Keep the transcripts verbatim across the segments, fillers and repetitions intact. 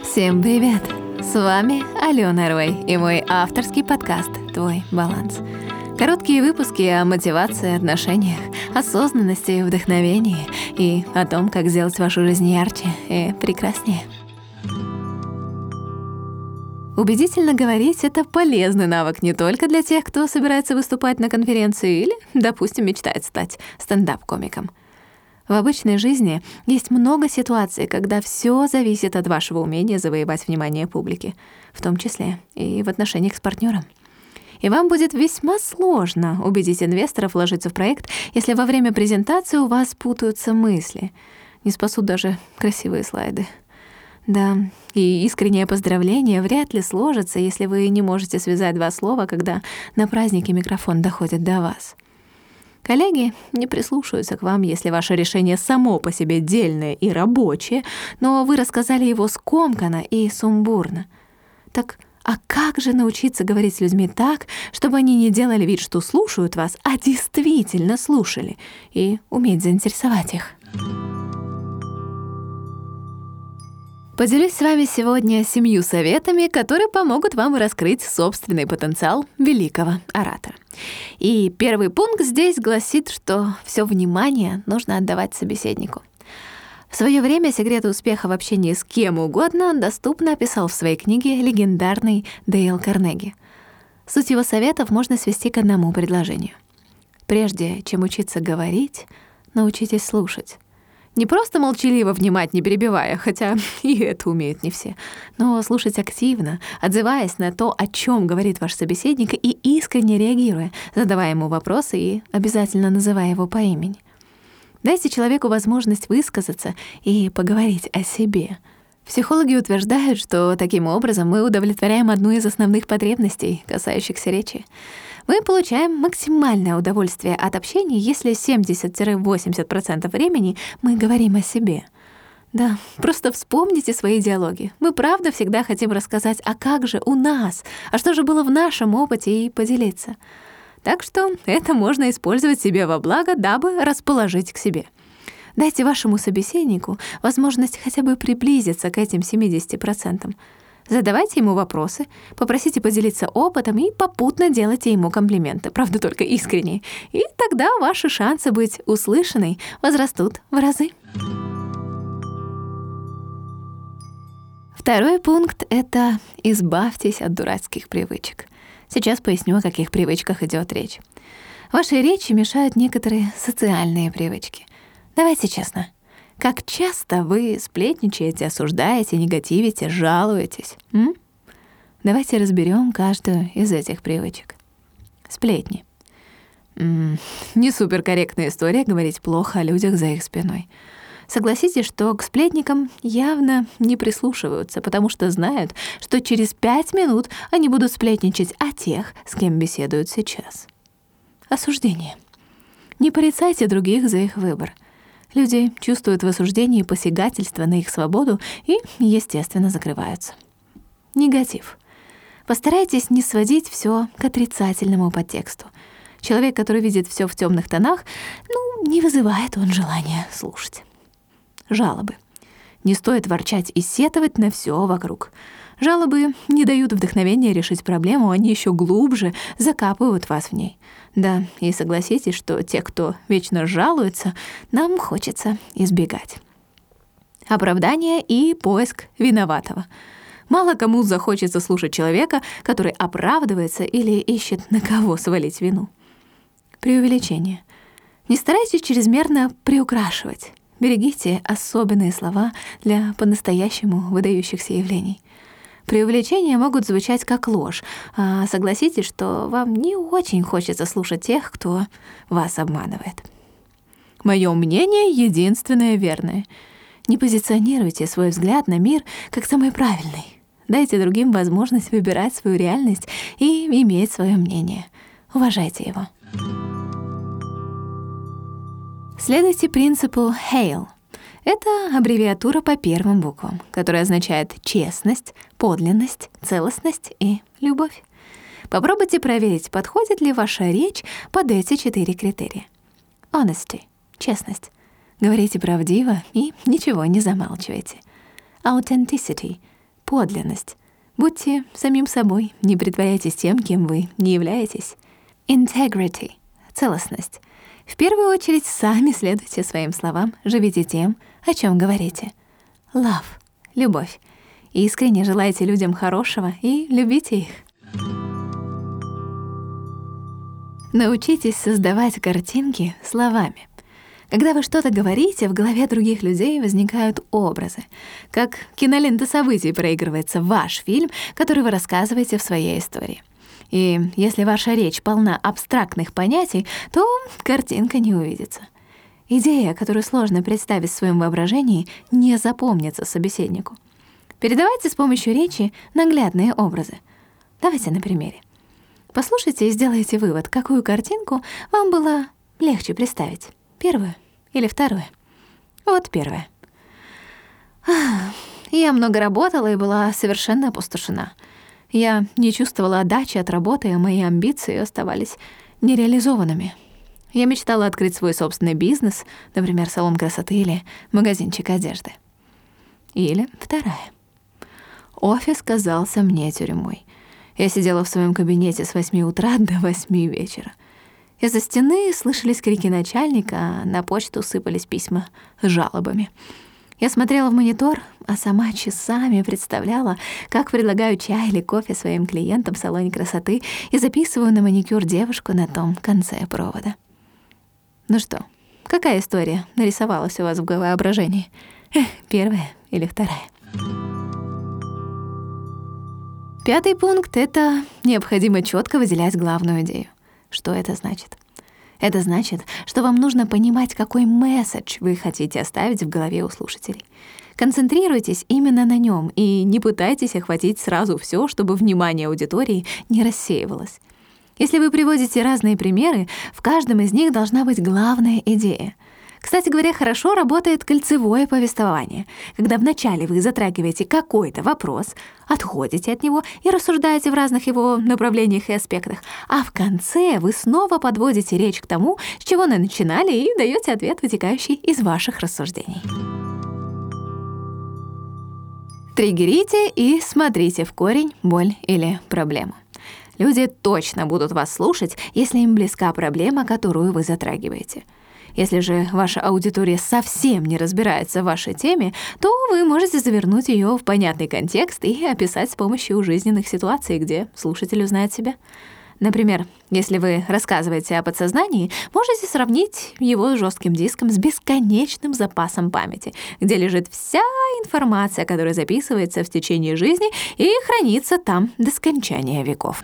Всем привет! С вами Алена Рой и мой авторский подкаст «Твой баланс». Короткие выпуски о мотивации, отношениях, осознанности, вдохновении и о том, как сделать вашу жизнь ярче и прекраснее. Убедительно говорить — это полезный навык не только для тех, кто собирается выступать на конференции или, допустим, мечтает стать стендап-комиком. В обычной жизни есть много ситуаций, когда все зависит от вашего умения завоевать внимание публики, в том числе и в отношениях с партнером. И вам будет весьма сложно убедить инвесторов вложиться в проект, если во время презентации у вас путаются мысли. Не спасут даже красивые слайды. Да, и искреннее поздравление вряд ли сложится, если вы не можете связать два слова, когда на празднике микрофон доходит до вас. Коллеги не прислушаются к вам, если ваше решение само по себе дельное и рабочее, но вы рассказали его скомканно и сумбурно. Так а как же научиться говорить с людьми так, чтобы они не делали вид, что слушают вас, а действительно слушали, и уметь заинтересовать их? Поделюсь с вами сегодня семью советами, которые помогут вам раскрыть собственный потенциал великого оратора. И первый пункт здесь гласит, что все внимание нужно отдавать собеседнику. В свое время секреты успеха в общении с кем угодно доступно описал в своей книге легендарный Дейл Карнеги. Суть его советов можно свести к одному предложению. Прежде чем учиться говорить, научитесь слушать. Не просто молчаливо внимать, не перебивая, хотя и это умеют не все, но слушать активно, отзываясь на то, о чем говорит ваш собеседник, и искренне реагируя, задавая ему вопросы и обязательно называя его по имени. Дайте человеку возможность высказаться и поговорить о себе. Психологи утверждают, что таким образом мы удовлетворяем одну из основных потребностей, касающихся речи. Мы получаем максимальное удовольствие от общения, если семьдесят-восемьдесят процентов времени мы говорим о себе. Да, просто вспомните свои диалоги. Мы правда всегда хотим рассказать, а как же у нас, а что же было в нашем опыте, и поделиться. Так что это можно использовать себе во благо, дабы расположить к себе. Дайте вашему собеседнику возможность хотя бы приблизиться к этим семидесяти процентам. Задавайте ему вопросы, попросите поделиться опытом и попутно делайте ему комплименты, правда, только искренние. И тогда ваши шансы быть услышанной возрастут в разы. Второй пункт — это избавьтесь от дурацких привычек. Сейчас поясню, о каких привычках идет речь. Вашей речи мешают некоторые социальные привычки. Давайте честно. Как часто вы сплетничаете, осуждаете, негативите, жалуетесь? М? Давайте разберем каждую из этих привычек. Сплетни. М-м, не суперкорректная история говорить плохо о людях за их спиной. Согласитесь, что к сплетникам явно не прислушиваются, потому что знают, что через пять минут они будут сплетничать о тех, с кем беседуют сейчас. Осуждение. Не порицайте других за их выбор. Люди чувствуют в осуждении посягательство на их свободу и, естественно, закрываются. Негатив. Постарайтесь не сводить все к отрицательному подтексту. Человек, который видит все в темных тонах, ну, не вызывает он желания слушать. Жалобы. Не стоит ворчать и сетовать на все вокруг. Жалобы не дают вдохновения решить проблему, они еще глубже закапывают вас в ней. Да, и согласитесь, что те, кто вечно жалуется, нам хочется избегать. Оправдание и поиск виноватого. Мало кому захочется слушать человека, который оправдывается или ищет на кого свалить вину. Преувеличение. Не старайтесь чрезмерно приукрашивать. Берегите особенные слова для по-настоящему выдающихся явлений. Преувеличения могут звучать как ложь, а согласитесь, что вам не очень хочется слушать тех, кто вас обманывает. Мое мнение единственное верное. Не позиционируйте свой взгляд на мир как самый правильный. Дайте другим возможность выбирать свою реальность и иметь свое мнение. Уважайте его. Следуйте принципу хейл. Это аббревиатура по первым буквам, которая означает честность, подлинность, целостность и любовь. Попробуйте проверить, подходит ли ваша речь под эти четыре критерия. Honesty — честность. Говорите правдиво и ничего не замалчивайте. Authenticity — подлинность. Будьте самим собой, не притворяйтесь тем, кем вы не являетесь. Integrity — целостность. В первую очередь сами следуйте своим словам, живите тем, о чем говорите. Love — любовь. Искренне желайте людям хорошего и любите их. Научитесь создавать картинки словами. Когда вы что-то говорите, в голове других людей возникают образы. Как кинолента событий проигрывается ваш фильм, который вы рассказываете в своей истории. И если ваша речь полна абстрактных понятий, то картинка не увидится. Идея, которую сложно представить в своем воображении, не запомнится собеседнику. Передавайте с помощью речи наглядные образы. Давайте на примере. Послушайте и сделайте вывод, какую картинку вам было легче представить. Первую или вторую? Вот первая. Я много работала и была совершенно опустошена. Я не чувствовала отдачи от работы, а мои амбиции оставались нереализованными. Я мечтала открыть свой собственный бизнес, например, салон красоты или магазинчик одежды. Или вторая. Офис казался мне тюрьмой. Я сидела в своем кабинете с восьми утра до восьми вечера. Из-за стены слышались крики начальника, а на почту сыпались письма с жалобами. Я смотрела в монитор, а сама часами представляла, как предлагаю чай или кофе своим клиентам в салоне красоты и записываю на маникюр девушку на том конце провода. Ну что, какая история нарисовалась у вас в воображении? Первая или вторая? Пятый пункт — это необходимо четко выделять главную идею. Что это значит? Это значит, что вам нужно понимать, какой месседж вы хотите оставить в голове у слушателей. Концентрируйтесь именно на нем и не пытайтесь охватить сразу все, чтобы внимание аудитории не рассеивалось. Если вы приводите разные примеры, в каждом из них должна быть главная идея. Кстати говоря, хорошо работает кольцевое повествование, когда вначале вы затрагиваете какой-то вопрос, отходите от него и рассуждаете в разных его направлениях и аспектах, а в конце вы снова подводите речь к тому, с чего вы начинали, и даете ответ, вытекающий из ваших рассуждений. Триггерите и смотрите в корень, боль или проблему. Люди точно будут вас слушать, если им близка проблема, которую вы затрагиваете. Если же ваша аудитория совсем не разбирается в вашей теме, то вы можете завернуть ее в понятный контекст и описать с помощью жизненных ситуаций, где слушатель узнает себя. Например, если вы рассказываете о подсознании, можете сравнить его с жестким диском с бесконечным запасом памяти, где лежит вся информация, которая записывается в течение жизни и хранится там до скончания веков.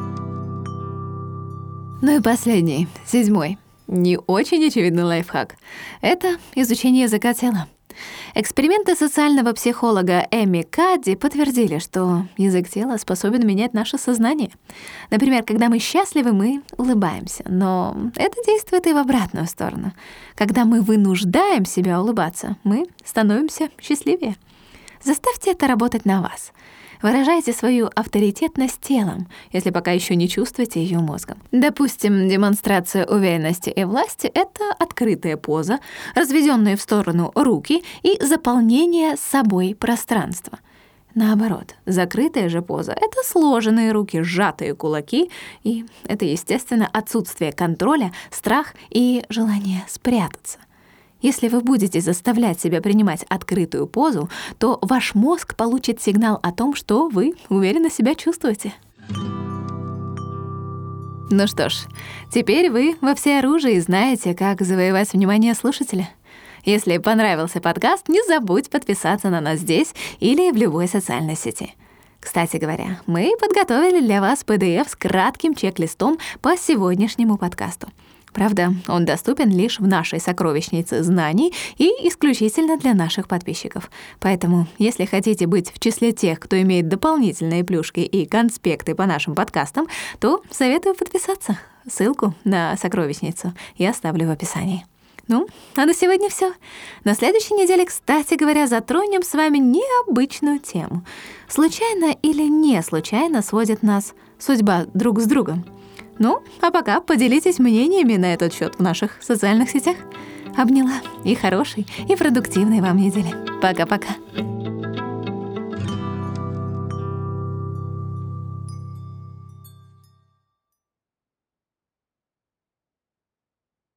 Ну и последний, седьмой. Не очень очевидный лайфхак. Это изучение языка тела. Эксперименты социального психолога Эми Кадди подтвердили, что язык тела способен менять наше сознание. Например, когда мы счастливы, мы улыбаемся, но это действует и в обратную сторону. Когда мы вынуждаем себя улыбаться, мы становимся счастливее. Заставьте это работать на вас. Выражайте свою авторитетность телом, если пока еще не чувствуете ее мозгом. Допустим, демонстрация уверенности и власти — это открытая поза, разведенные в сторону руки и заполнение собой пространства. Наоборот, закрытая же поза — это сложенные руки, сжатые кулаки, и это, естественно, отсутствие контроля, страх и желание спрятаться. Если вы будете заставлять себя принимать открытую позу, то ваш мозг получит сигнал о том, что вы уверенно себя чувствуете. Ну что ж, теперь вы во всеоружии знаете, как завоевать внимание слушателя. Если понравился подкаст, не забудь подписаться на нас здесь или в любой социальной сети. Кстати говоря, мы подготовили для вас пи ди эф с кратким чек-листом по сегодняшнему подкасту. Правда, он доступен лишь в нашей сокровищнице знаний и исключительно для наших подписчиков. Поэтому, если хотите быть в числе тех, кто имеет дополнительные плюшки и конспекты по нашим подкастам, то советую подписаться. Ссылку на сокровищницу я оставлю в описании. Ну, а на сегодня все. На следующей неделе, кстати говоря, затронем с вами необычную тему. Случайно или не случайно сводит нас судьба друг с другом? Ну, а пока поделитесь мнениями на этот счет в наших социальных сетях. Обняла. И хорошей, и продуктивной вам недели. Пока-пока.